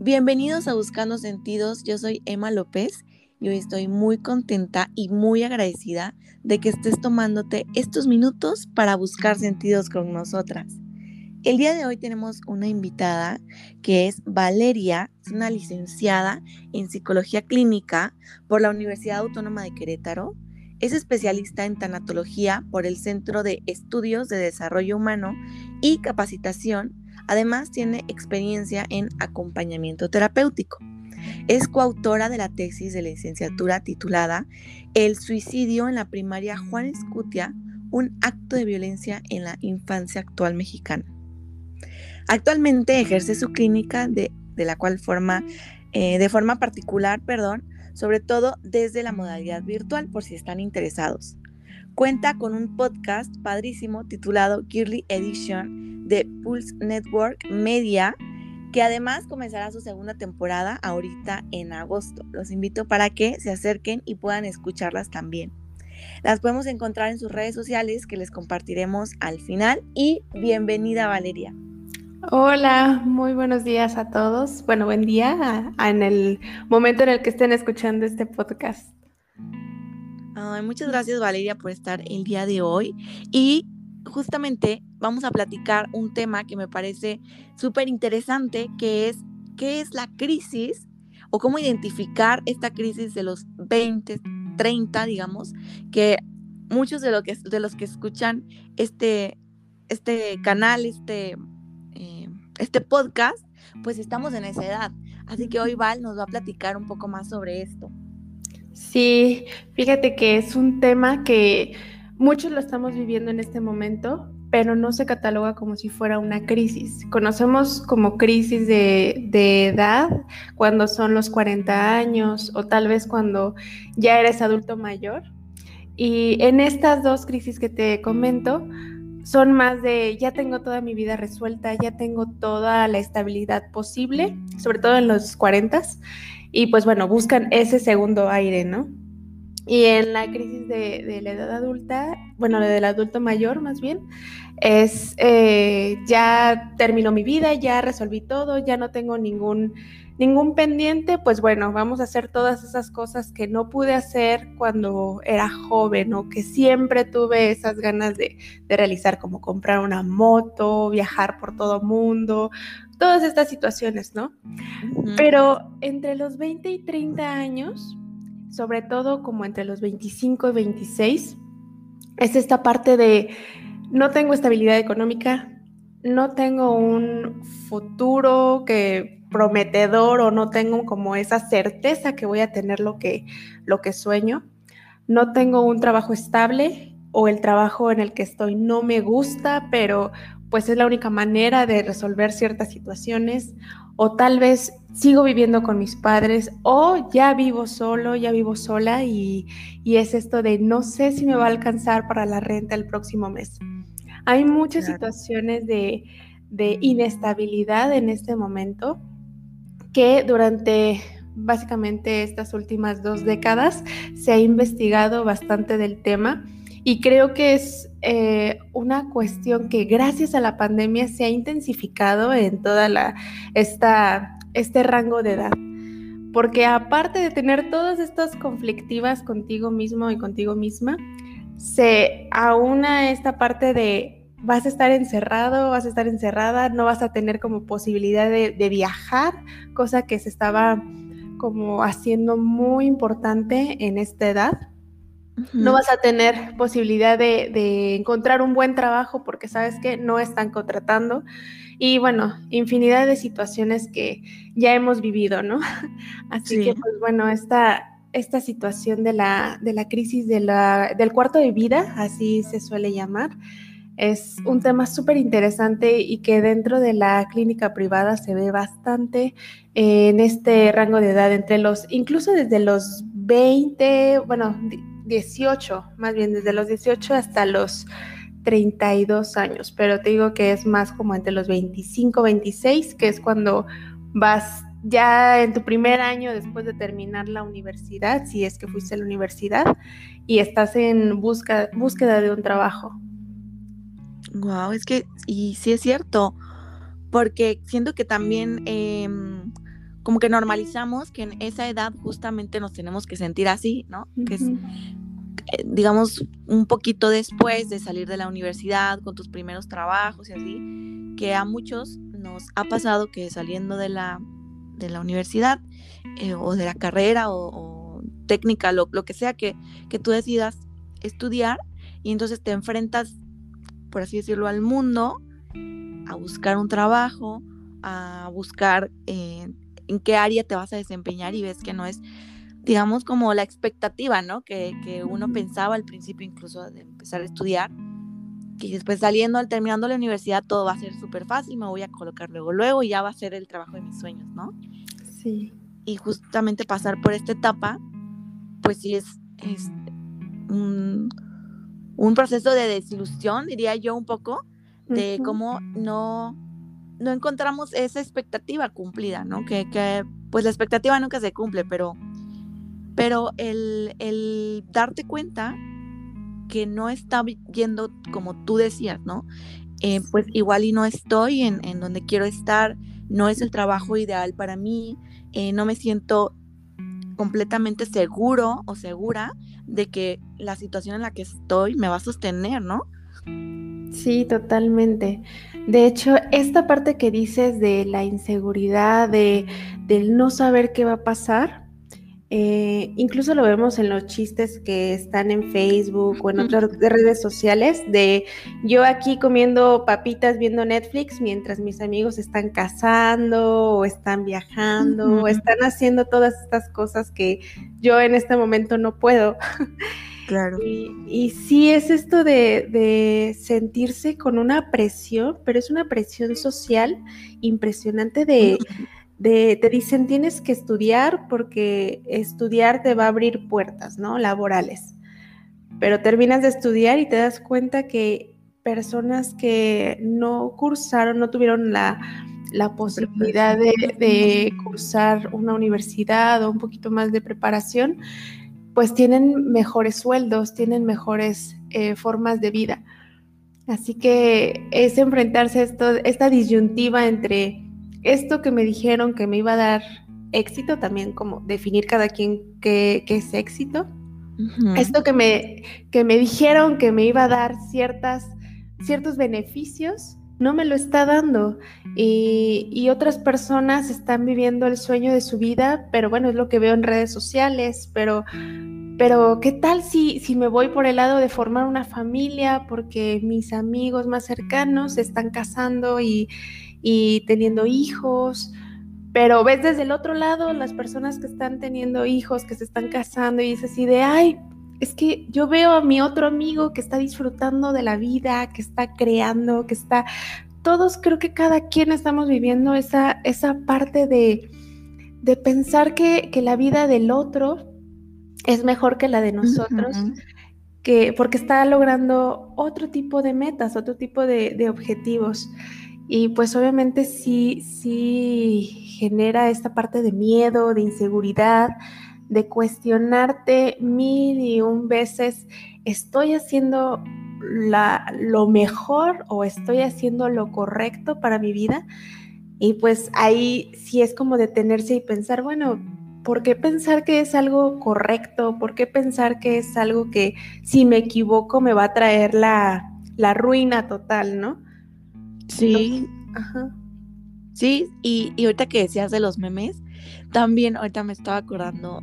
Bienvenidos a Buscando Sentidos, yo soy Emma López y hoy estoy muy contenta y muy agradecida de que estés tomándote estos minutos para buscar sentidos con nosotras. El día de hoy tenemos una invitada que es Valeria, es una licenciada en Psicología Clínica por la Universidad Autónoma de Querétaro, es especialista en tanatología por el Centro de Estudios de Desarrollo Humano y Capacitación. Además, tiene experiencia en acompañamiento terapéutico. Es coautora de la tesis de licenciatura titulada El suicidio en la primaria Juan Escutia, un acto de violencia en la infancia actual mexicana. Actualmente ejerce su clínica de forma particular, sobre todo desde la modalidad virtual, por si están interesados. Cuenta con un podcast padrísimo titulado Girly Edition de Pulse Network Media, que además comenzará su segunda temporada ahorita en agosto. Los invito para que se acerquen y puedan escucharlas también. Las podemos encontrar en sus redes sociales que les compartiremos al final. Y bienvenida, Valeria. Hola, muy buenos días a todos. Bueno, buen día en el momento en el que estén escuchando este podcast. Muchas gracias, Valeria, por estar el día de hoy. Y justamente vamos a platicar un tema que me parece súper interesante, que es qué es la crisis o cómo identificar esta crisis de los 20, 30, digamos, que muchos de los que escuchan este canal, este podcast, pues estamos en esa edad. Así que hoy Val nos va a platicar un poco más sobre esto. Sí, fíjate que es un tema que muchos lo estamos viviendo en este momento, pero no se cataloga como si fuera una crisis. Conocemos como crisis de edad cuando son los 40 años o tal vez cuando ya eres adulto mayor. Y en estas dos crisis que te comento, son más de ya tengo toda mi vida resuelta, ya tengo toda la estabilidad posible, sobre todo en los 40s, y pues bueno, buscan ese segundo aire, ¿no? Y en la crisis de la edad adulta, bueno, del adulto mayor más bien, es ya terminó mi vida, ya resolví todo, ya no tengo ningún pendiente, pues bueno, vamos a hacer todas esas cosas que no pude hacer cuando era joven o que siempre tuve esas ganas de realizar, como comprar una moto, viajar por todo mundo, todas estas situaciones, ¿no? Uh-huh. Pero entre los 20 y 30 años, sobre todo como entre los 25 y 26, es esta parte de no tengo estabilidad económica, no tengo un futuro que prometedor o no tengo como esa certeza que voy a tener lo que sueño, no tengo un trabajo estable o el trabajo en el que estoy no me gusta, pero pues es la única manera de resolver ciertas situaciones, o tal vez sigo viviendo con mis padres o ya vivo solo, ya vivo sola y es esto de no sé si me va a alcanzar para la renta el próximo mes. Hay muchas situaciones de inestabilidad en este momento que durante básicamente estas últimas 2 décadas se ha investigado bastante del tema y creo que es una cuestión que gracias a la pandemia se ha intensificado en toda este rango de edad. Porque aparte de tener todas estas conflictivas contigo mismo y contigo misma, se aúna esta parte de vas a estar encerrado, vas a estar encerrada, no vas a tener como posibilidad de viajar, cosa que se estaba como haciendo muy importante en esta edad. Uh-huh. No vas a tener posibilidad de encontrar un buen trabajo porque sabes que no están contratando. Y bueno, infinidad de situaciones que ya hemos vivido, ¿no? Así sí. Que pues bueno, esta situación de la crisis del cuarto de vida, así se suele llamar, es un tema súper interesante y que dentro de la clínica privada se ve bastante en este rango de edad, incluso desde los 20, bueno, 18, más bien desde los 18 hasta los 32 años, pero te digo que es más como entre los 25, 26, que es cuando vas ya en tu primer año después de terminar la universidad, si es que fuiste a la universidad, y estás en búsqueda de un trabajo. Wow, es que, y sí es cierto, porque siento que también como que normalizamos que en esa edad justamente nos tenemos que sentir así, ¿no? Que es, digamos, un poquito después de salir de la universidad, con tus primeros trabajos y así, que a muchos nos ha pasado que saliendo de la universidad o de la carrera o técnica, lo que sea que tú decidas estudiar, y entonces te enfrentas, por así decirlo, al mundo, a buscar un trabajo, a buscar en qué área te vas a desempeñar, y ves que no es, digamos, como la expectativa, ¿no? Que uno pensaba al principio incluso de empezar a estudiar, que después terminando la universidad todo va a ser súper fácil, me voy a colocar luego y ya va a ser el trabajo de mis sueños, ¿no? Sí. Y justamente pasar por esta etapa, pues sí es un proceso de desilusión, diría yo, un poco, de cómo no encontramos esa expectativa cumplida, ¿no? Que pues la expectativa nunca se cumple, pero el darte cuenta que no está yendo como tú decías, ¿no? Pues igual y no estoy en donde quiero estar, no es el trabajo ideal para mí, no me siento completamente seguro o segura de que la situación en la que estoy me va a sostener, ¿no? Sí, totalmente. De hecho, esta parte que dices de la inseguridad, del no saber qué va a pasar, incluso lo vemos en los chistes que están en Facebook o en otras redes sociales, de yo aquí comiendo papitas viendo Netflix mientras mis amigos están cazando o están viajando o están haciendo todas estas cosas que yo en este momento no puedo. Claro. Y sí es esto de sentirse con una presión, pero es una presión social impresionante te dicen tienes que estudiar porque estudiar te va a abrir puertas, ¿no? Laborales. Pero terminas de estudiar y te das cuenta que personas que no cursaron, no tuvieron la posibilidad de cursar una universidad o un poquito más de preparación, pues tienen mejores sueldos, tienen mejores formas de vida. Así que es enfrentarse a esta disyuntiva entre esto que me dijeron que me iba a dar éxito, también como definir cada quien qué es éxito. Esto que me dijeron que me iba a dar ciertos beneficios, no me lo está dando. Y otras personas están viviendo el sueño de su vida, pero bueno, es lo que veo en redes sociales, pero ¿qué tal si me voy por el lado de formar una familia? Porque mis amigos más cercanos se están casando y teniendo hijos, pero ves desde el otro lado las personas que están teniendo hijos, que se están casando, y dices así de, ay, es que yo veo a mi otro amigo que está disfrutando de la vida, que está creando, que está... Todos creo que cada quien estamos viviendo esa parte de pensar que la vida del otro es mejor que la de nosotros, porque está logrando otro tipo de metas, otro tipo de objetivos. Y pues obviamente sí genera esta parte de miedo, de inseguridad, de cuestionarte 1001 veces, ¿estoy haciendo lo mejor o estoy haciendo lo correcto para mi vida? Y pues ahí sí es como detenerse y pensar, bueno, ¿por qué pensar que es algo correcto? ¿Por qué pensar que es algo que si me equivoco me va a traer la ruina total, ¿no? Sí. Ajá. Sí, y ahorita que decías de los memes, también ahorita me estaba acordando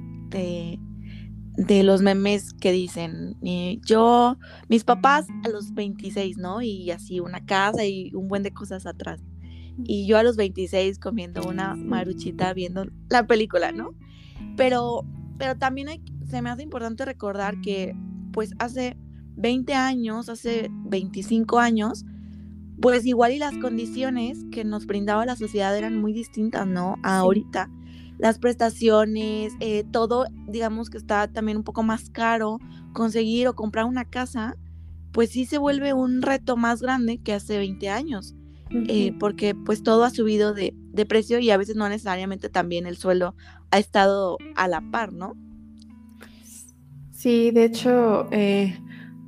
de los memes que dicen, mis papás a los 26, ¿no? Y así una casa y un buen de cosas atrás. Y yo a los 26 comiendo una maruchita viendo la película, ¿no? Pero también se me hace importante recordar que pues hace 20 años, hace 25 años, pues igual y las condiciones que nos brindaba la sociedad eran muy distintas, ¿no? A ahorita. Las prestaciones, todo, digamos que está también un poco más caro. Conseguir o comprar una casa, pues sí se vuelve un reto más grande que hace 20 años. Porque pues todo ha subido de precio y a veces no necesariamente también el sueldo ha estado a la par, ¿no? Sí, de hecho,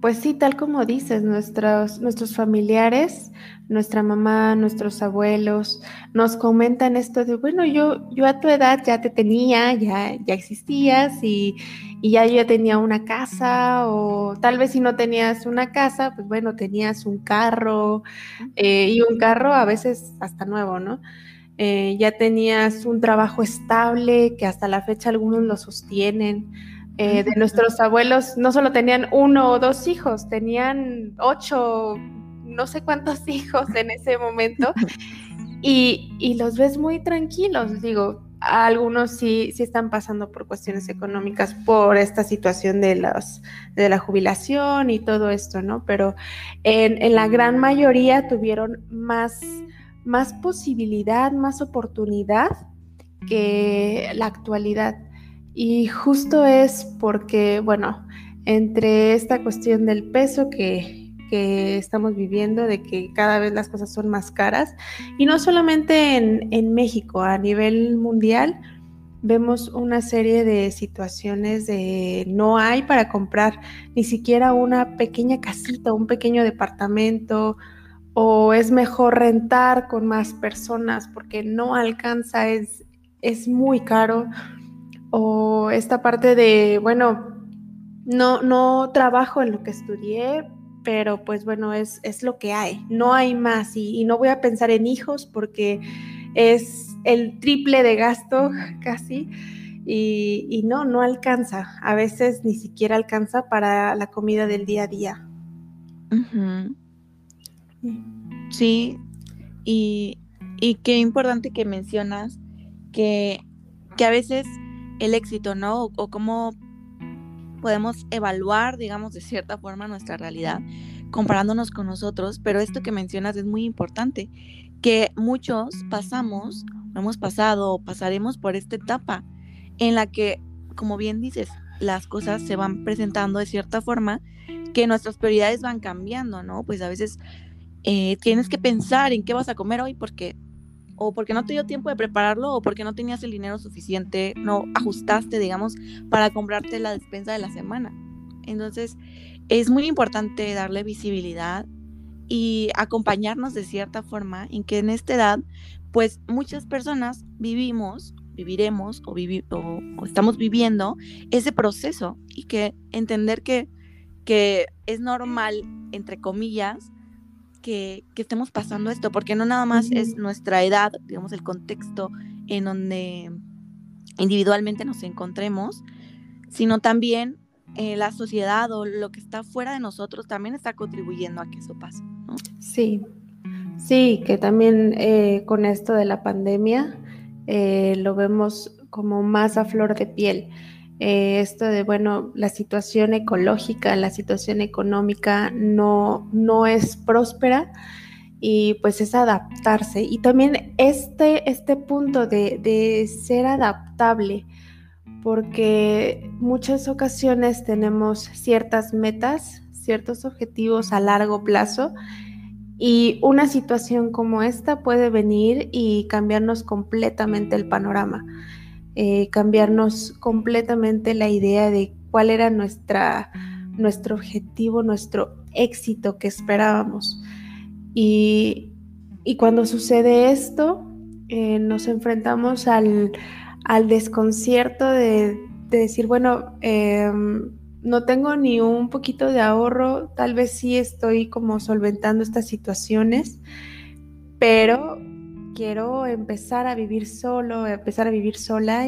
Pues sí, tal como dices, nuestros familiares, nuestra mamá, nuestros abuelos, nos comentan esto de, bueno, yo a tu edad ya te tenía, ya existías y ya yo ya tenía una casa, o tal vez si no tenías una casa, pues bueno, tenías un carro, y un carro a veces hasta nuevo, ¿no? Ya tenías un trabajo estable que hasta la fecha algunos lo sostienen. De nuestros abuelos no solo tenían uno o dos hijos, tenían 8, no sé cuántos hijos en ese momento, y los ves muy tranquilos. Digo, algunos sí están pasando por cuestiones económicas, por esta situación de la jubilación y todo esto, ¿no? Pero en la gran mayoría tuvieron más posibilidad, más oportunidad que la actualidad. Y justo es porque, bueno, entre esta cuestión del peso que estamos viviendo, de que cada vez las cosas son más caras, y no solamente en México, a nivel mundial, vemos una serie de situaciones de no hay para comprar ni siquiera una pequeña casita, un pequeño departamento, o es mejor rentar con más personas porque no alcanza, es muy caro, o esta parte de, bueno, no trabajo en lo que estudié, pero pues bueno, es lo que hay, no hay más, y no voy a pensar en hijos porque es el triple de gasto casi, y no alcanza, a veces ni siquiera alcanza para la comida del día a día. Ujú. Sí, y qué importante que mencionas que, que a veces el éxito, ¿no? O cómo podemos evaluar, digamos, de cierta forma nuestra realidad comparándonos con nosotros, pero esto que mencionas es muy importante, que muchos pasamos, o hemos pasado o pasaremos por esta etapa en la que, como bien dices, las cosas se van presentando de cierta forma, que nuestras prioridades van cambiando, ¿no? Pues a veces tienes que pensar en qué vas a comer hoy porque o porque no te dio tiempo de prepararlo o porque no tenías el dinero suficiente, no ajustaste, digamos, para comprarte la despensa de la semana. Entonces, es muy importante darle visibilidad y acompañarnos de cierta forma en que en esta edad, pues muchas personas viviremos o estamos viviendo ese proceso y que entender que es normal, entre comillas, que estemos pasando esto, porque no nada más es nuestra edad, digamos, el contexto en donde individualmente nos encontremos, sino también la sociedad o lo que está fuera de nosotros también está contribuyendo a que eso pase, ¿no? Sí, sí, que también con esto de la pandemia lo vemos como más a flor de piel. Esto de, bueno, la situación ecológica, la situación económica no es próspera, y pues es adaptarse. Y también este punto de ser adaptable, porque muchas ocasiones tenemos ciertas metas, ciertos objetivos a largo plazo, y una situación como esta puede venir y cambiarnos completamente el panorama, cambiarnos completamente la idea de cuál era nuestro objetivo, nuestro éxito que esperábamos. Y, y cuando sucede esto, nos enfrentamos al desconcierto de decir, bueno, no tengo ni un poquito de ahorro, tal vez sí estoy como solventando estas situaciones, pero quiero empezar a vivir solo, empezar a vivir sola,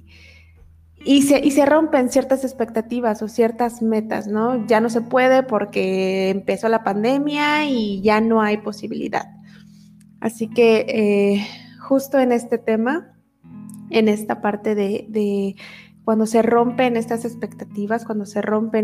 y se rompen ciertas expectativas o ciertas metas, ¿no? Ya no se puede porque empezó la pandemia y ya no hay posibilidad. Así que justo en este tema, en esta parte de cuando se rompen estas expectativas, cuando se rompen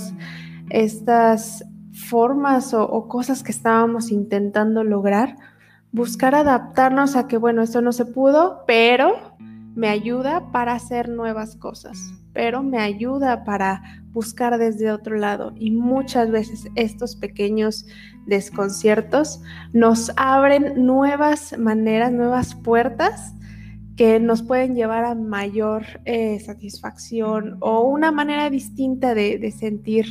estas formas o cosas que estábamos intentando lograr, buscar adaptarnos a que, bueno, esto no se pudo, pero me ayuda para hacer nuevas cosas, pero me ayuda para buscar desde otro lado. Y muchas veces estos pequeños desconciertos nos abren nuevas maneras, nuevas puertas que nos pueden llevar a mayor satisfacción o una manera distinta de sentir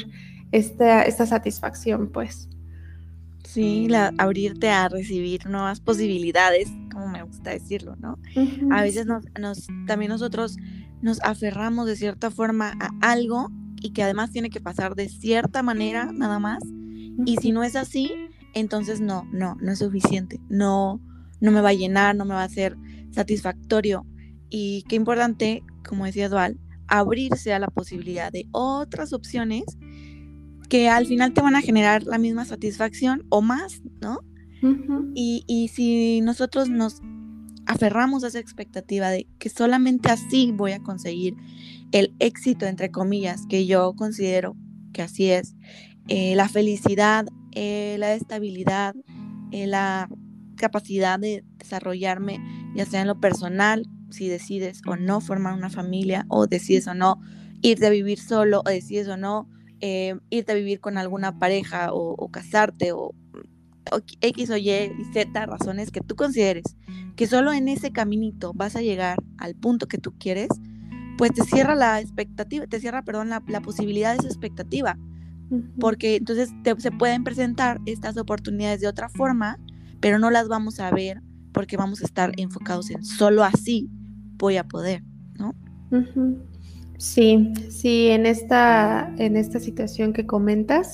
esta satisfacción, pues. Sí, abrirte a recibir nuevas posibilidades, como me gusta decirlo, ¿no? A Ujú, veces sí. también nosotros nos aferramos de cierta forma a algo y que además tiene que pasar de cierta manera nada más. Y si Ujú, no es así, entonces no es suficiente. No me va a llenar, no me va a ser satisfactorio. Y qué importante, como decía Dual, abrirse a la posibilidad de otras opciones que al final te van a generar la misma satisfacción o más, ¿no? ujú, Y si nosotros nos aferramos a esa expectativa de que solamente así voy a conseguir el éxito, entre comillas, que yo considero que así es, la felicidad, la estabilidad, la capacidad de desarrollarme, ya sea en lo personal, si decides o no formar una familia, o decides o no irte a vivir solo, o decides o no irte a vivir con alguna pareja, o casarte, o X o Y Z razones que tú consideres que solo en ese caminito vas a llegar al punto que tú quieres, pues te cierra la expectativa, te cierra, perdón, la posibilidad de esa expectativa, ujú. porque entonces se pueden presentar estas oportunidades de otra forma, pero no las vamos a ver porque vamos a estar enfocados en solo así voy a poder, ¿no? Ujú. Sí, sí, en esta situación que comentas,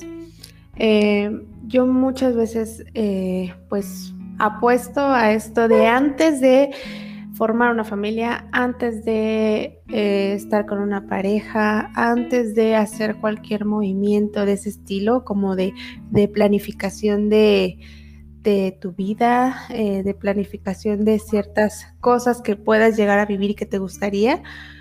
yo muchas veces pues apuesto a esto de antes de formar una familia, antes de estar con una pareja, antes de hacer cualquier movimiento de ese estilo, como de planificación de tu vida, de planificación de ciertas cosas que puedas llegar a vivir y que te gustaría.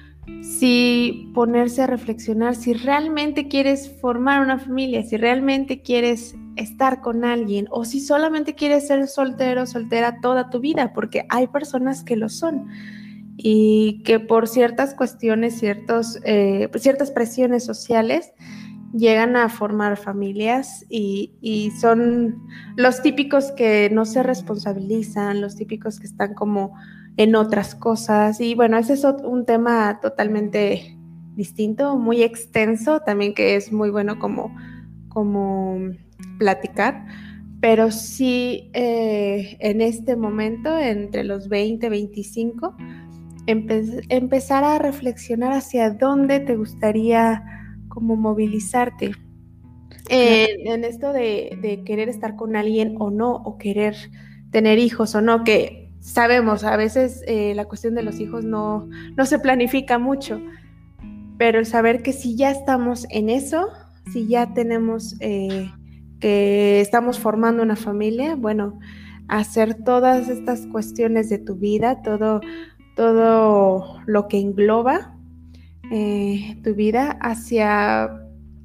Si ponerse a reflexionar si realmente quieres formar una familia, si realmente quieres estar con alguien o si solamente quieres ser soltero, soltera toda tu vida, porque hay personas que lo son y que por ciertas cuestiones, ciertas presiones sociales llegan a formar familias y son los típicos que no se responsabilizan, los típicos que están como en otras cosas. Y bueno, ese es un tema totalmente distinto, muy extenso, también que es muy bueno como platicar. Pero sí, en este momento, entre los 20 y 25, empezar a reflexionar hacia dónde te gustaría como movilizarte Claro. en esto de querer estar con alguien o no, o querer tener hijos o no, que sabemos, a veces la cuestión de los hijos no se planifica mucho, pero el saber que si ya estamos en eso, si ya tenemos que estamos formando una familia, bueno, hacer todas estas cuestiones de tu vida, todo lo que engloba tu vida hacia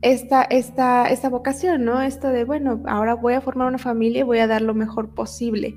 esta vocación, ¿no? Esto de, bueno, ahora voy a formar una familia y voy a dar lo mejor posible.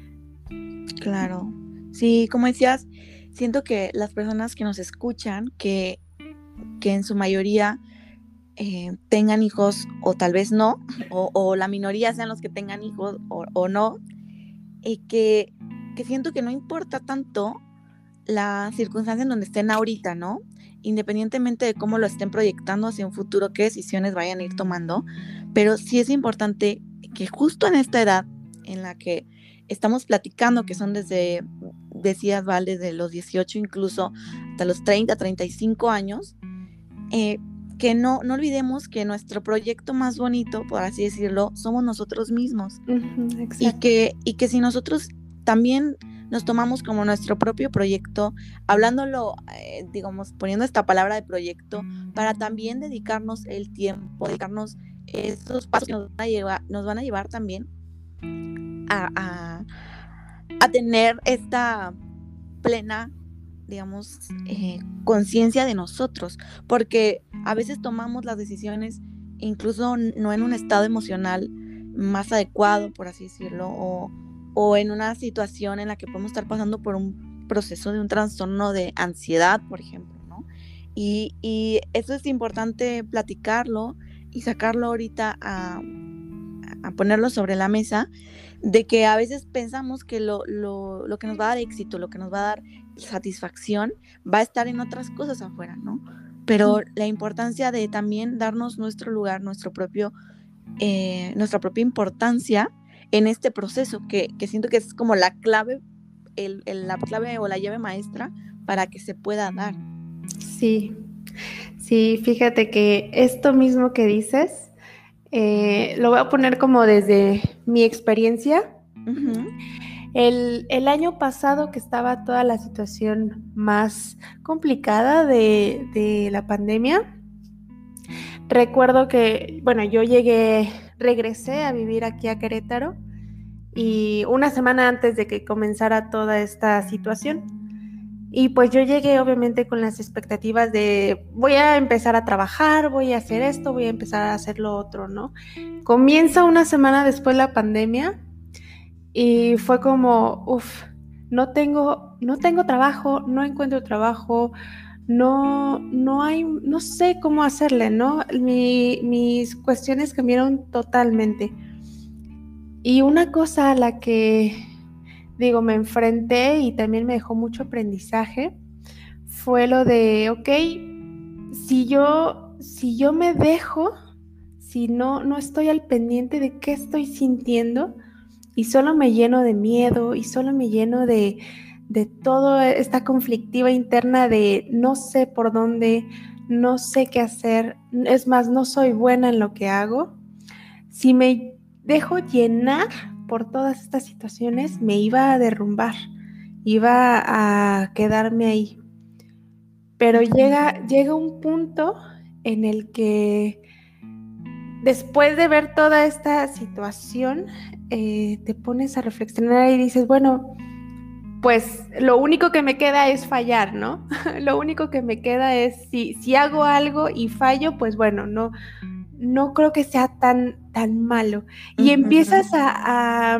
Claro. Sí, como decías, siento que las personas que nos escuchan, que en su mayoría tengan hijos o tal vez no, o la minoría sean los que tengan hijos o no, y que siento que no importa tanto la circunstancia en donde estén ahorita, ¿no? Independientemente de cómo lo estén proyectando hacia un futuro, qué decisiones vayan a ir tomando, pero sí es importante que justo en esta edad en la que estamos platicando, que son desde, decías, Val, desde los 18 incluso hasta los 30, 35 años, eh, que no olvidemos que nuestro proyecto más bonito, por así decirlo, somos nosotros mismos Exacto. y que si nosotros también nos tomamos como nuestro propio proyecto, hablándolo, digamos, poniendo esta palabra de proyecto, para también dedicarnos el tiempo, dedicarnos esos pasos que nos van a llevar también a, a, a tener esta plena, digamos, conciencia de nosotros, porque a veces tomamos las decisiones incluso no en un estado emocional más adecuado, por así decirlo, o en una situación en la que podemos estar pasando por un proceso de un trastorno de ansiedad, por ejemplo, ¿no? Y eso es importante platicarlo y sacarlo ahorita a ponerlo sobre la mesa, de que a veces pensamos que lo que nos va a dar éxito, lo que nos va a dar satisfacción, va a estar en otras cosas afuera, ¿no? pero la importancia de también darnos nuestro lugar, nuestra propia importancia en este proceso, que siento que es como la clave, la clave o la llave maestra para que se pueda dar. Sí, sí, fíjate que esto mismo que dices, lo voy a poner como desde mi experiencia. Uh-huh. El año pasado, que estaba toda la situación más complicada de la pandemia, recuerdo que, bueno, regresé a vivir aquí a Querétaro y una semana antes de que comenzara toda esta situación. Y pues yo llegué obviamente con las expectativas de voy a empezar a trabajar, voy a hacer esto, voy a empezar a hacer lo otro, ¿no? Comienza una semana después la pandemia y fue como, no tengo trabajo, no encuentro trabajo, no sé cómo hacerle, ¿no? Mis cuestiones cambiaron totalmente. Y una cosa a la que, digo, me enfrenté y también me dejó mucho aprendizaje fue lo de, si yo me dejo, si no estoy al pendiente de qué estoy sintiendo y solo me lleno de miedo y solo me lleno de toda esta conflictiva interna de no sé por dónde, no sé qué hacer, es más, no soy buena en lo que hago. Si me dejo llenar por todas estas situaciones, me iba a derrumbar, iba a quedarme ahí. Pero llega un punto en el que después de ver toda esta situación, te pones a reflexionar y dices, bueno, pues lo único que me queda es fallar, ¿no? Lo único que me queda es, si hago algo y fallo, pues bueno, no creo que sea tan malo. Y empiezas a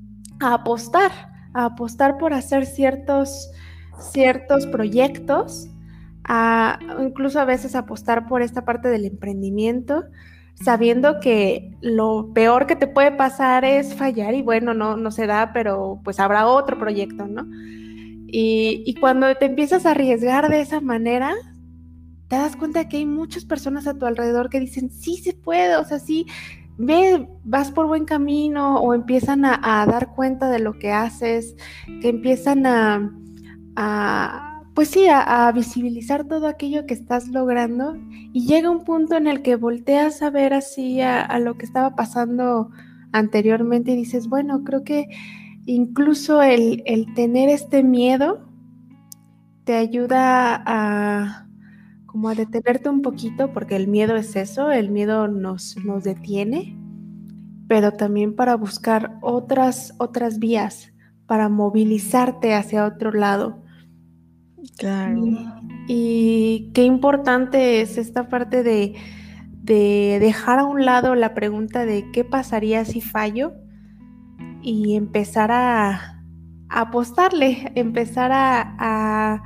apostar por hacer ciertos proyectos, incluso a veces apostar por esta parte del emprendimiento, sabiendo que lo peor que te puede pasar es fallar y bueno, no se da, pero pues habrá otro proyecto, ¿no? Y cuando te empiezas a arriesgar de esa manera, te das cuenta que hay muchas personas a tu alrededor que dicen, sí se puede, o sea, sí, vas por buen camino, o empiezan a dar cuenta de lo que haces, que empiezan pues sí, a visibilizar todo aquello que estás logrando, y llega un punto en el que volteas a ver así a lo que estaba pasando anteriormente y dices, bueno, creo que incluso el tener este miedo te ayuda como a detenerte un poquito, porque el miedo es eso, el miedo nos detiene, pero también para buscar otras vías, para movilizarte hacia otro lado. Claro. Y qué importante es esta parte de dejar a un lado la pregunta de qué pasaría si fallo y empezar a apostarle, empezar a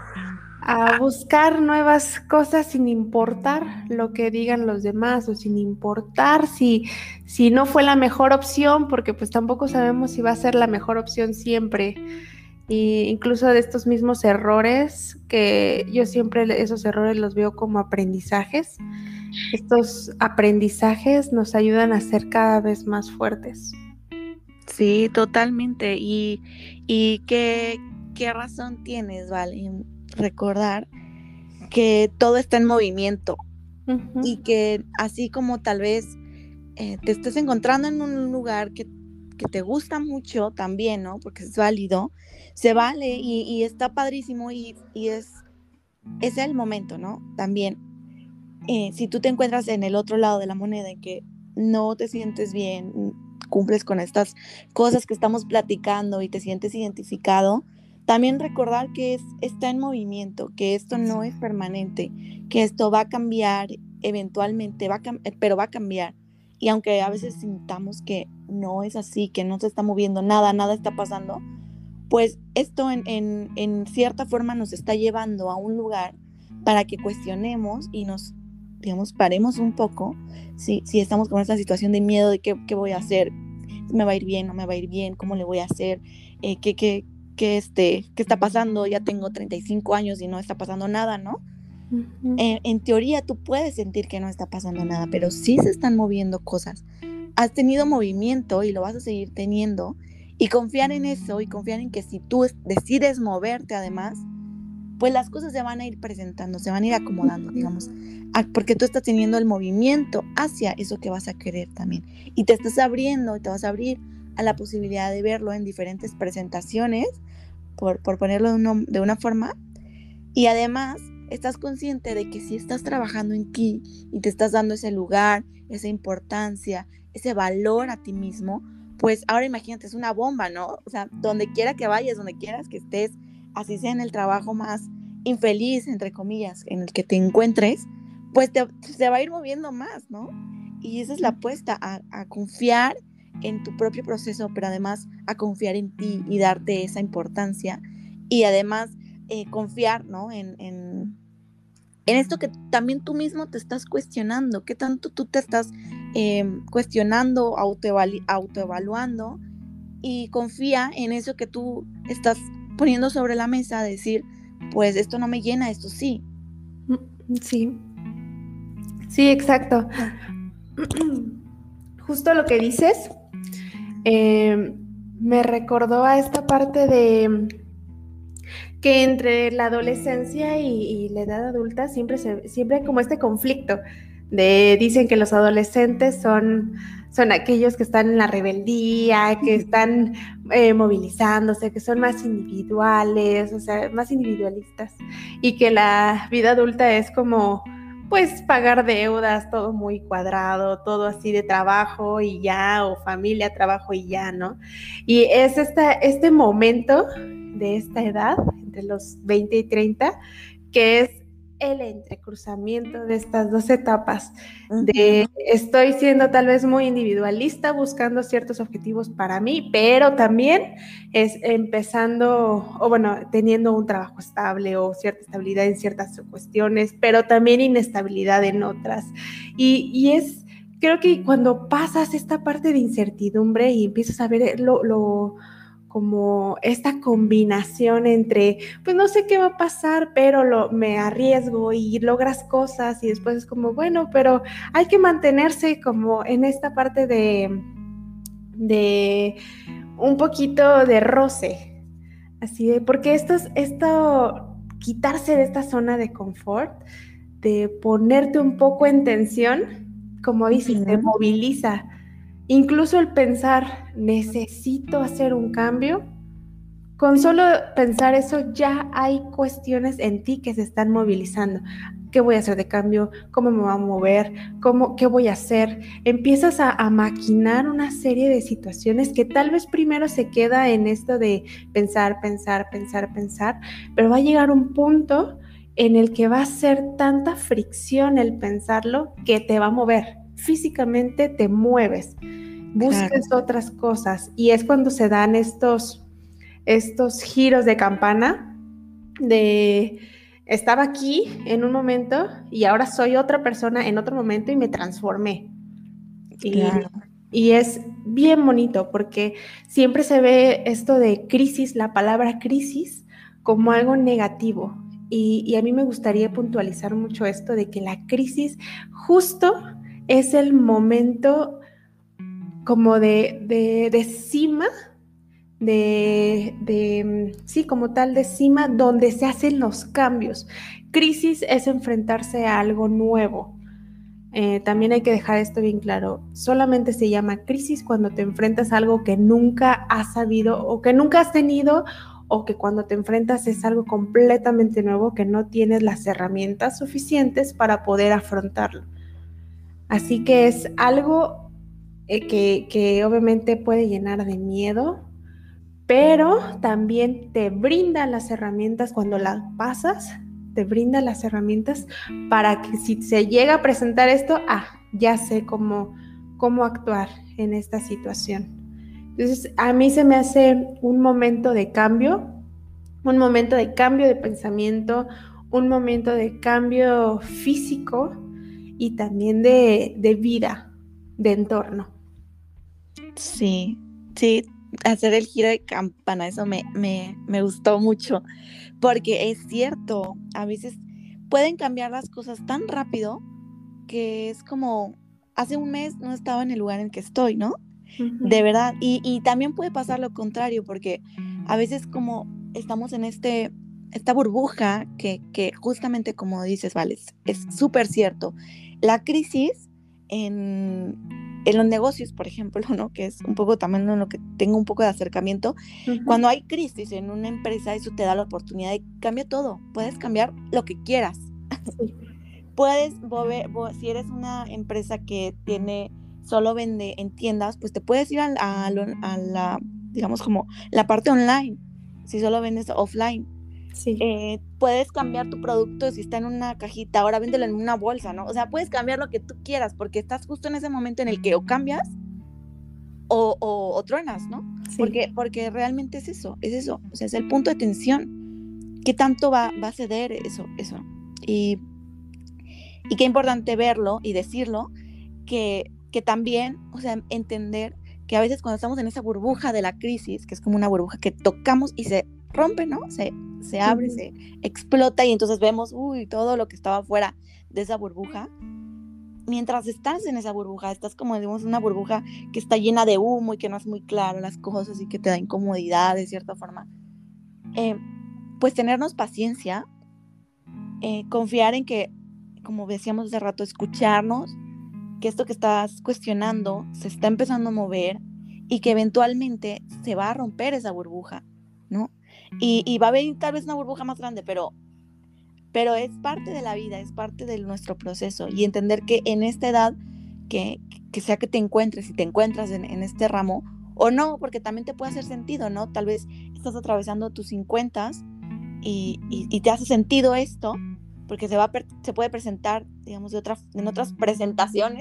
buscar nuevas cosas sin importar lo que digan los demás, o sin importar si no fue la mejor opción, porque pues tampoco sabemos si va a ser la mejor opción siempre. E incluso de estos mismos errores, que yo siempre esos errores los veo como aprendizajes. Estos aprendizajes nos ayudan a ser cada vez más fuertes. Sí, totalmente. Y qué razón tienes, Vale, en recordar que todo está en movimiento. Uh-huh. Y que así como tal vez te estés encontrando en un lugar que te gusta mucho también, ¿no? Porque es válido, se vale y está padrísimo y es el momento, ¿no? También, si tú te encuentras en el otro lado de la moneda en que no te sientes bien, cumples con estas cosas que estamos platicando y te sientes identificado, también recordar que está en movimiento, que esto no es permanente, que esto va a cambiar eventualmente, pero va a cambiar. Y aunque a veces sintamos que no es así, que no se está moviendo nada está pasando, pues esto en cierta forma nos está llevando a un lugar para que cuestionemos y nos, digamos, paremos un poco si estamos con esta situación de miedo de qué voy a hacer, me va a ir bien, no me va a ir bien, cómo le voy a hacer, qué está pasando, ya tengo 35 años y no está pasando nada, ¿no? Ujú. En teoría tú puedes sentir que no está pasando nada, pero sí se están moviendo cosas. Has tenido movimiento y lo vas a seguir teniendo, y confiar en eso y confiar en que si tú decides moverte además, pues las cosas se van a ir presentando, se van a ir acomodando, digamos, porque tú estás teniendo el movimiento hacia eso que vas a querer también. Y te estás abriendo, y te vas a abrir a la posibilidad de verlo en diferentes presentaciones, por ponerlo de una forma. Y además, estás consciente de que si estás trabajando en ti y te estás dando ese lugar, esa importancia, ese valor a ti mismo, pues ahora imagínate, es una bomba, ¿no? O sea, donde quiera que vayas, donde quieras que estés, así sea en el trabajo más infeliz, entre comillas, en el que te encuentres, pues se va a ir moviendo más, ¿no? Y esa es la apuesta, a confiar en tu propio proceso, pero además a confiar en ti y darte esa importancia. Y además confiar, ¿no? En esto que también tú mismo te estás cuestionando, qué tanto tú te estás cuestionando, autoevaluando, y confía en eso que tú estás poniendo sobre la mesa, decir, pues esto no me llena, esto sí. Sí, sí, exacto. Justo lo que dices me recordó a esta parte de que entre la adolescencia y la edad adulta siempre hay como este conflicto dicen que los adolescentes son aquellos que están en la rebeldía, que están movilizándose, que son más individuales, o sea, más individualistas, y que la vida adulta es como pues pagar deudas, todo muy cuadrado, todo así de trabajo y ya, o familia, trabajo y ya, ¿no? Y es este momento de esta edad, entre los 20 y 30, que es el entrecruzamiento de estas dos etapas, de estoy siendo tal vez muy individualista, buscando ciertos objetivos para mí, pero también es empezando, o bueno, teniendo un trabajo estable o cierta estabilidad en ciertas cuestiones, pero también inestabilidad en otras. Y es, creo que cuando pasas esta parte de incertidumbre y empiezas a ver como esta combinación entre, pues no sé qué va a pasar, pero me arriesgo y logras cosas, y después es como, bueno, pero hay que mantenerse como en esta parte de un poquito de roce, así de, porque quitarse de esta zona de confort, de ponerte un poco en tensión, como dices, te moviliza. Incluso el pensar, necesito hacer un cambio, con solo pensar eso ya hay cuestiones en ti que se están movilizando. ¿Qué voy a hacer de cambio? ¿Cómo me voy a mover? ¿Qué voy a hacer? Empiezas a maquinar una serie de situaciones que tal vez primero se queda en esto de pensar, pensar, pensar, pensar, pero va a llegar un punto en el que va a ser tanta fricción el pensarlo que te va a mover. Físicamente te mueves, buscas otras cosas, y es cuando se dan estos giros de campana de estaba aquí en un momento y ahora soy otra persona en otro momento y me transformé. Claro. Y es bien bonito porque siempre se ve esto de crisis, la palabra crisis, como algo negativo. Y a mí me gustaría puntualizar mucho esto de que la crisis justo es el momento como de cima, sí, como tal de cima, donde se hacen los cambios. Crisis es enfrentarse a algo nuevo. También hay que dejar esto bien claro. Solamente se llama crisis cuando te enfrentas a algo que nunca has sabido o que nunca has tenido, o que cuando te enfrentas es algo completamente nuevo que no tienes las herramientas suficientes para poder afrontarlo. Así que es algo que obviamente puede llenar de miedo, pero también te brinda las herramientas cuando las pasas, te brinda las herramientas para que si se llega a presentar esto, ya sé cómo actuar en esta situación. Entonces, a mí se me hace un momento de cambio de pensamiento, un momento de cambio físico y también de vida, de entorno. Sí, sí, hacer el giro de campana, eso me gustó mucho, porque es cierto, a veces pueden cambiar las cosas tan rápido que es como, hace un mes no estaba en el lugar en el que estoy, ¿no? De verdad, y también puede pasar lo contrario, porque a veces como estamos en esta burbuja que justamente como dices, Vale, es súper cierto. La crisis en los negocios, por ejemplo, ¿no? Que es un poco también en lo que tengo un poco de acercamiento. Cuando hay crisis en una empresa, eso te da la oportunidad de cambiar todo. Puedes cambiar lo que quieras. Sí. Puedes si eres una empresa que solo vende en tiendas, pues te puedes ir a la, digamos, como la parte online, si solo vendes offline. Sí. Puedes cambiar tu producto, si está en una cajita, ahora véndelo en una bolsa, ¿no? O sea, puedes cambiar lo que tú quieras, porque estás justo en ese momento en el que o cambias o truenas, ¿no? Sí. Porque realmente es eso, o sea, es el punto de tensión. ¿Qué tanto va a ceder eso? Y qué importante verlo y decirlo, que también, o sea, entender que a veces cuando estamos en esa burbuja de la crisis, que es como una burbuja que tocamos y se rompe, ¿no? Se abre, se explota y entonces vemos, todo lo que estaba fuera de esa burbuja. Mientras estás en esa burbuja, estás como, digamos, una burbuja que está llena de humo y que no es muy claro las cosas y que te da incomodidad de cierta forma. Pues tenernos paciencia, confiar en que, como decíamos hace rato, escucharnos, que esto que estás cuestionando se está empezando a mover y que eventualmente se va a romper esa burbuja, ¿no? Y va a haber tal vez una burbuja más grande, pero es parte de la vida, es parte de nuestro proceso, y entender que en esta edad, que sea que te encuentres, si te encuentras en este ramo, o no, porque también te puede hacer sentido, ¿no? Tal vez estás atravesando tus 50s y te hace sentido esto, porque se puede presentar, digamos, en otras presentaciones.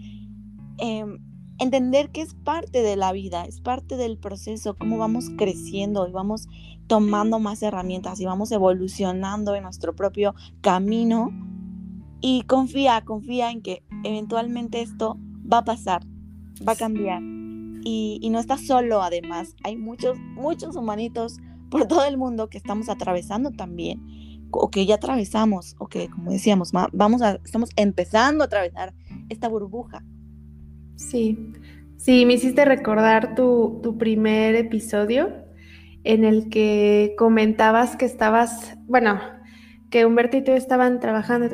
Entender que es parte de la vida, es parte del proceso, cómo vamos creciendo y vamos tomando más herramientas y vamos evolucionando en nuestro propio camino, y confía en que eventualmente esto va a pasar, va a cambiar, y no estás solo. Además, hay muchos humanitos por todo el mundo que estamos atravesando también, o que ya atravesamos, o que, como decíamos, estamos empezando a atravesar esta burbuja. Sí, me hiciste recordar tu primer episodio en el que comentabas que que Humberto y tú estaban trabajando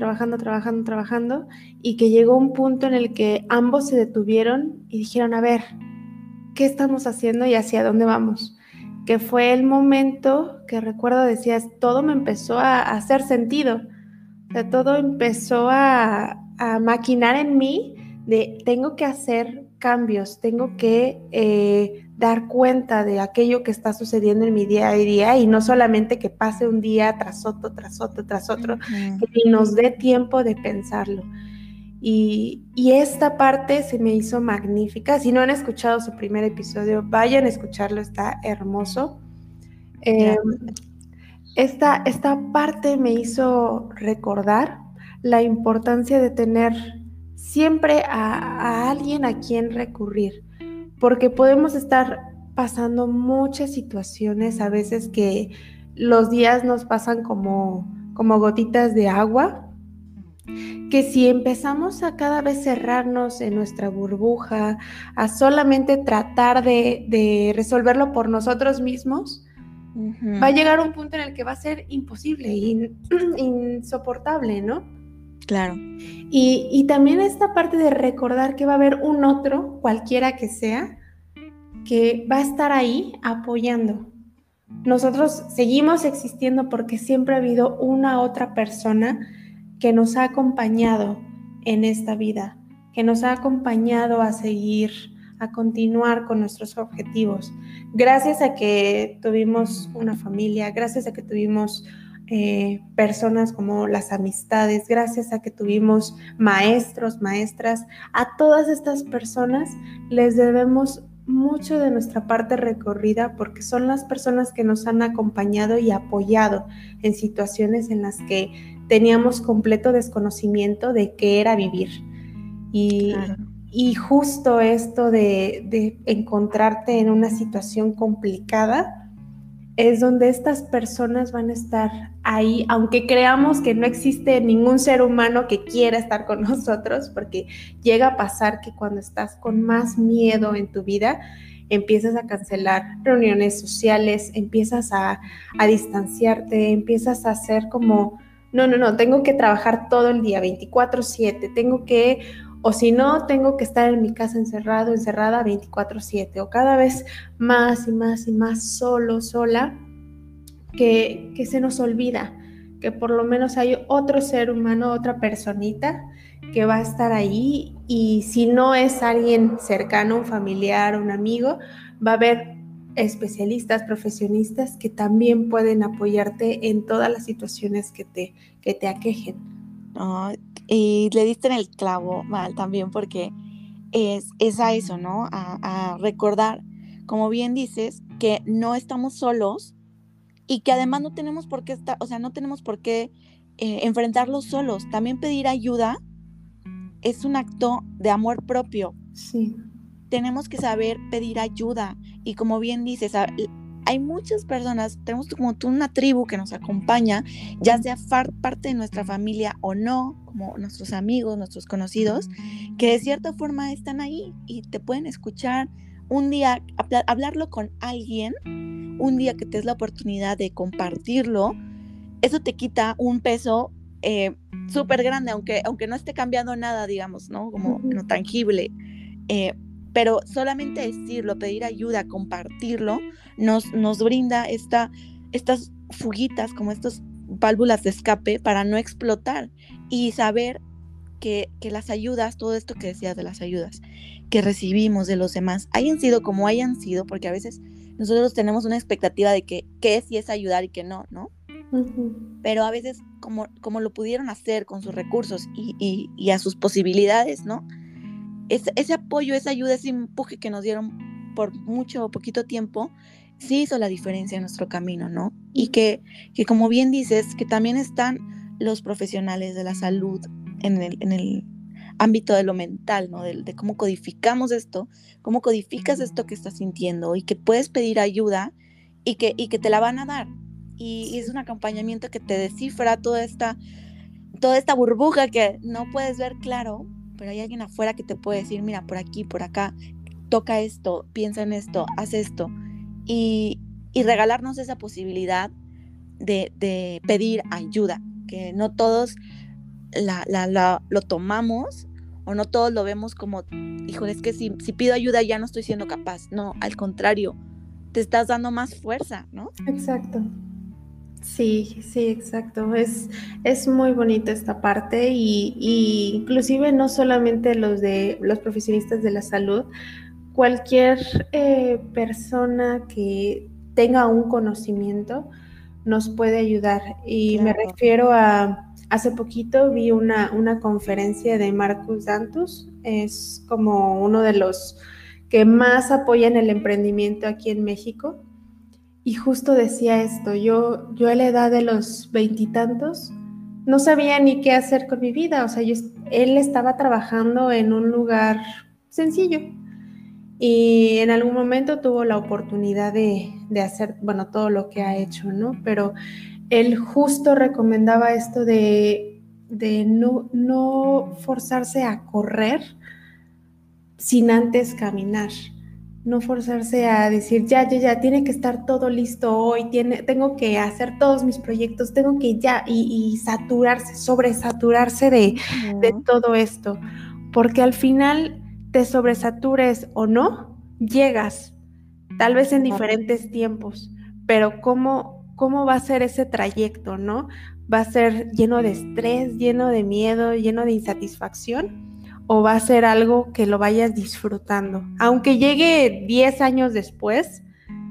y que llegó un punto en el que ambos se detuvieron y dijeron, a ver, ¿qué estamos haciendo y hacia dónde vamos? Que fue el momento que recuerdo decías, todo me empezó a hacer sentido, o sea, todo empezó a maquinar en mí de tengo que hacer cambios, tengo que dar cuenta de aquello que está sucediendo en mi día a día, y no solamente que pase un día tras otro, que ni nos dé tiempo de pensarlo. Y esta parte se me hizo magnífica. Si no han escuchado su primer episodio, vayan a escucharlo, está hermoso. Esta parte me hizo recordar la importancia de tener siempre a alguien a quien recurrir, porque podemos estar pasando muchas situaciones, a veces que los días nos pasan como gotitas de agua, que si empezamos a cada vez cerrarnos en nuestra burbuja, a solamente tratar de resolverlo por nosotros mismos, va a llegar un punto en el que va a ser imposible, insoportable, ¿no? Claro. Y también esta parte de recordar que va a haber un otro, cualquiera que sea, que va a estar ahí apoyando. Nosotros seguimos existiendo porque siempre ha habido una otra persona que nos ha acompañado en esta vida, que nos ha acompañado a seguir, a continuar con nuestros objetivos. Gracias a que tuvimos una familia, gracias a que tuvimos personas como las amistades, gracias a que tuvimos maestros, maestras, a todas estas personas les debemos mucho de nuestra parte recorrida, porque son las personas que nos han acompañado y apoyado en situaciones en las que teníamos completo desconocimiento de qué era vivir. Y justo esto de encontrarte en una situación complicada es donde estas personas van a estar ahí, aunque creamos que no existe ningún ser humano que quiera estar con nosotros, porque llega a pasar que cuando estás con más miedo en tu vida, empiezas a cancelar reuniones sociales, empiezas a distanciarte, empiezas a hacer como, no, tengo que trabajar todo el día, 24/7, o si no, tengo que estar en mi casa encerrado, encerrada 24/7, o cada vez más y más y más solo, sola, que se nos olvida que por lo menos hay otro ser humano, otra personita que va a estar ahí, y si no es alguien cercano, un familiar, un amigo, va a haber especialistas, profesionistas que también pueden apoyarte en todas las situaciones que te aquejen. Oh, y le diste en el clavo, Val, también porque es a eso, ¿no? A recordar, como bien dices, que no estamos solos y que además no tenemos por qué estar, o sea, no tenemos por qué enfrentarlos solos. También pedir ayuda es un acto de amor propio. Sí. Tenemos que saber pedir ayuda y como bien dices, hay muchas personas, tenemos como tú una tribu que nos acompaña, ya sea parte de nuestra familia o no, como nuestros amigos, nuestros conocidos, que de cierta forma están ahí y te pueden escuchar un día, hablarlo con alguien, un día que te des la oportunidad de compartirlo, eso te quita un peso súper grande, aunque no esté cambiando nada, digamos, ¿no? Como no tangible. Pero solamente decirlo, pedir ayuda, compartirlo, nos brinda estas fuguitas, como estas válvulas de escape para no explotar y saber que las ayudas, todo esto que decías de las ayudas que recibimos de los demás, hayan sido como hayan sido, porque a veces nosotros tenemos una expectativa de que sí es ayudar y que no, ¿no? Pero a veces como lo pudieron hacer con sus recursos y a sus posibilidades, ¿no? Ese apoyo, esa ayuda, ese empuje que nos dieron por mucho o poquito tiempo, sí hizo la diferencia en nuestro camino, ¿no? Y que como bien dices, que también están los profesionales de la salud en el ámbito de lo mental, ¿no? De cómo codificamos esto, cómo codificas esto que estás sintiendo y que puedes pedir ayuda y que te la van a dar. Y es un acompañamiento que te descifra toda esta burbuja que no puedes ver claro, pero hay alguien afuera que te puede decir, mira, por aquí, por acá, toca esto, piensa en esto, haz esto, y regalarnos esa posibilidad de pedir ayuda, que no todos lo tomamos, o no todos lo vemos como, híjole, es que si pido ayuda ya no estoy siendo capaz. No, al contrario, te estás dando más fuerza, ¿no? Exacto. Sí, exacto. Es muy bonita esta parte y inclusive no solamente los profesionistas de la salud, cualquier persona que tenga un conocimiento nos puede ayudar. Y me refiero a, hace poquito vi una conferencia de Marcus Dantus, es como uno de los que más apoyan el emprendimiento aquí en México. Y justo decía esto, yo a la edad de los 20 y tantos no sabía ni qué hacer con mi vida, o sea, él estaba trabajando en un lugar sencillo y en algún momento tuvo la oportunidad de hacer, bueno, todo lo que ha hecho, ¿no? Pero él justo recomendaba esto de no forzarse a correr sin antes caminar. No forzarse a decir, ya, tiene que estar todo listo hoy, tengo que hacer todos mis proyectos, tengo que ya, y saturarse, sobresaturarse de todo esto, porque al final te sobresatures o no, llegas, tal vez en diferentes tiempos, pero ¿cómo va a ser ese trayecto, no? ¿Va a ser lleno de estrés, lleno de miedo, lleno de insatisfacción? ¿O va a ser algo que lo vayas disfrutando? Aunque llegue 10 años después,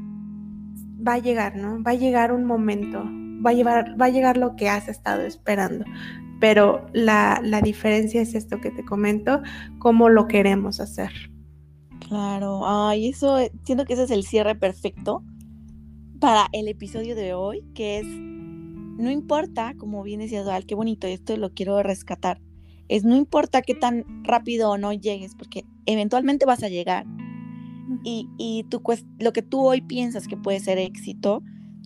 va a llegar, ¿no? Va a llegar un momento, va a llegar lo que has estado esperando. Pero la diferencia es esto que te comento, cómo lo queremos hacer. Claro, ay, eso, siento que ese es el cierre perfecto para el episodio de hoy, que es, no importa, como bien decías, Val, qué bonito, esto lo quiero rescatar, no importa qué tan rápido o no llegues, porque eventualmente vas a llegar, y lo que tú hoy piensas que puede ser éxito,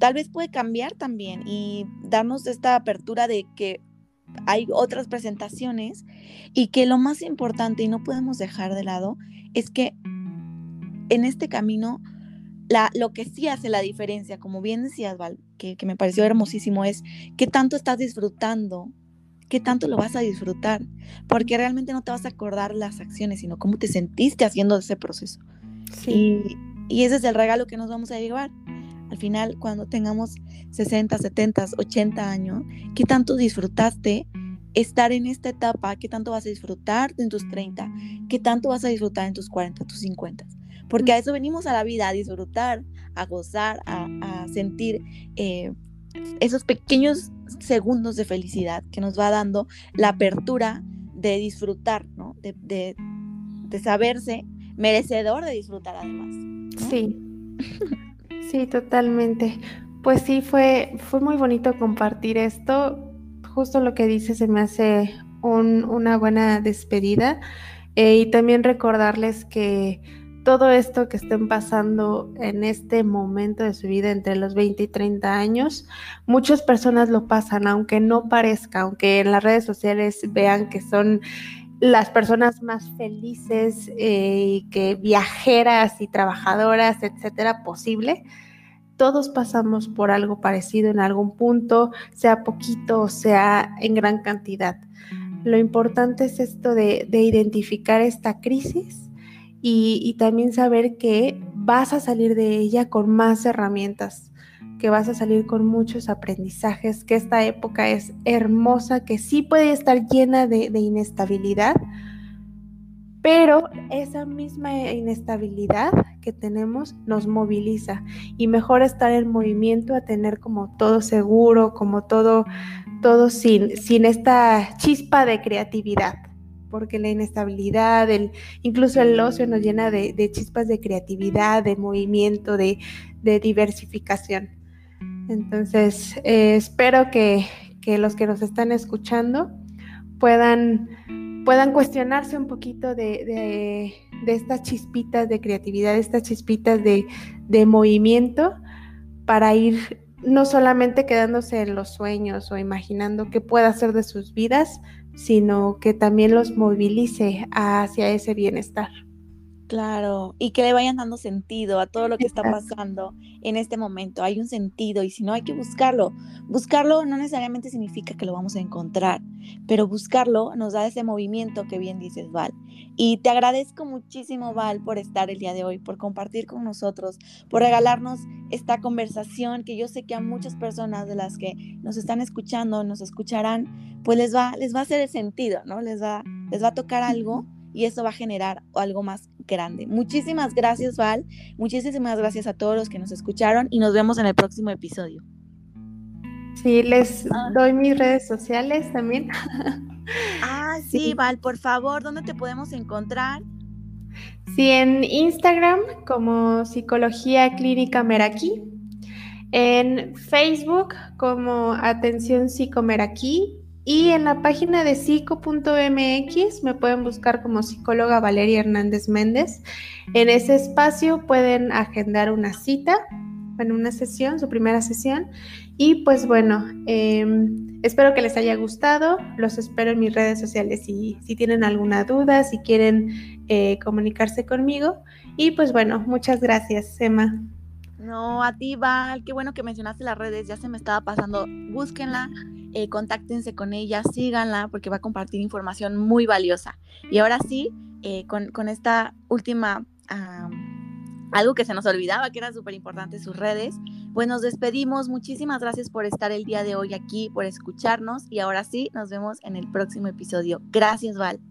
tal vez puede cambiar también y darnos esta apertura de que hay otras presentaciones y que lo más importante y no podemos dejar de lado es que en este camino lo que sí hace la diferencia, como bien decías, Val, que me pareció hermosísimo, es qué tanto estás disfrutando, qué tanto lo vas a disfrutar, porque realmente no te vas a acordar las acciones, sino cómo te sentiste haciendo ese proceso. Sí. Y ese es el regalo que nos vamos a llevar. Al final, cuando tengamos 60, 70, 80 años, ¿qué tanto disfrutaste estar en esta etapa? ¿Qué tanto vas a disfrutar en tus 30? ¿Qué tanto vas a disfrutar en tus 40, tus 50? Porque a eso venimos a la vida, a disfrutar, a gozar, a sentir esos pequeños segundos de felicidad que nos va dando la apertura de disfrutar, ¿no? De saberse merecedor de disfrutar además, ¿no? Sí, sí, totalmente. Pues sí, fue muy bonito compartir esto. Justo lo que dices se me hace una buena despedida. Y también recordarles que todo esto que estén pasando en este momento de su vida entre los 20 y 30 años, muchas personas lo pasan, aunque no parezca, aunque en las redes sociales vean que son las personas más felices y que viajeras y trabajadoras, etcétera, posible. Todos pasamos por algo parecido en algún punto, sea poquito o sea en gran cantidad. Lo importante es esto de identificar esta crisis y también saber que vas a salir de ella con más herramientas, que vas a salir con muchos aprendizajes, que esta época es hermosa, que sí puede estar llena de inestabilidad, pero esa misma inestabilidad que tenemos nos moviliza y mejor estar en movimiento a tener como todo seguro, como todo sin esta chispa de creatividad, porque la inestabilidad, incluso el ocio nos llena de chispas de creatividad, de movimiento, de diversificación. Entonces, espero que los que nos están escuchando puedan cuestionarse un poquito de estas chispitas de creatividad, estas chispitas de movimiento para ir no solamente quedándose en los sueños o imaginando qué pueda hacer de sus vidas, sino que también los movilice hacia ese bienestar. Claro, y que le vayan dando sentido a todo lo que está pasando en este momento. Hay un sentido y si no hay que buscarlo. Buscarlo no necesariamente significa que lo vamos a encontrar, pero buscarlo nos da ese movimiento que bien dices, Val. Y te agradezco muchísimo, Val, por estar el día de hoy, por compartir con nosotros, por regalarnos esta conversación que yo sé que a muchas personas de las que nos están escuchando, nos escucharán, pues les va a hacer el sentido, ¿no? Les va a tocar algo. Y eso va a generar algo más grande. Muchísimas gracias, Val. Muchísimas gracias a todos los que nos escucharon y nos vemos en el próximo episodio. Sí, les doy mis redes sociales también. Sí, Val, por favor, ¿dónde te podemos encontrar? Sí, en Instagram como Psicología Clínica Meraki, en Facebook como Atención Psicomeraki y en la página de psico.mx me pueden buscar como psicóloga Valeria Hernández Méndez. En ese espacio pueden agendar una cita, bueno, una sesión, su primera sesión. Y pues bueno, espero que les haya gustado. Los espero en mis redes sociales si tienen alguna duda, si quieren comunicarse conmigo. Y pues bueno, muchas gracias, Emma. No, a ti, Val, qué bueno que mencionaste las redes, ya se me estaba pasando. Búsquenla, contáctense con ella, síganla, porque va a compartir información muy valiosa. Y ahora sí, con esta última, algo que se nos olvidaba, que era súper importante, sus redes, pues nos despedimos. Muchísimas gracias por estar el día de hoy aquí, por escucharnos, y ahora sí, nos vemos en el próximo episodio. Gracias, Val.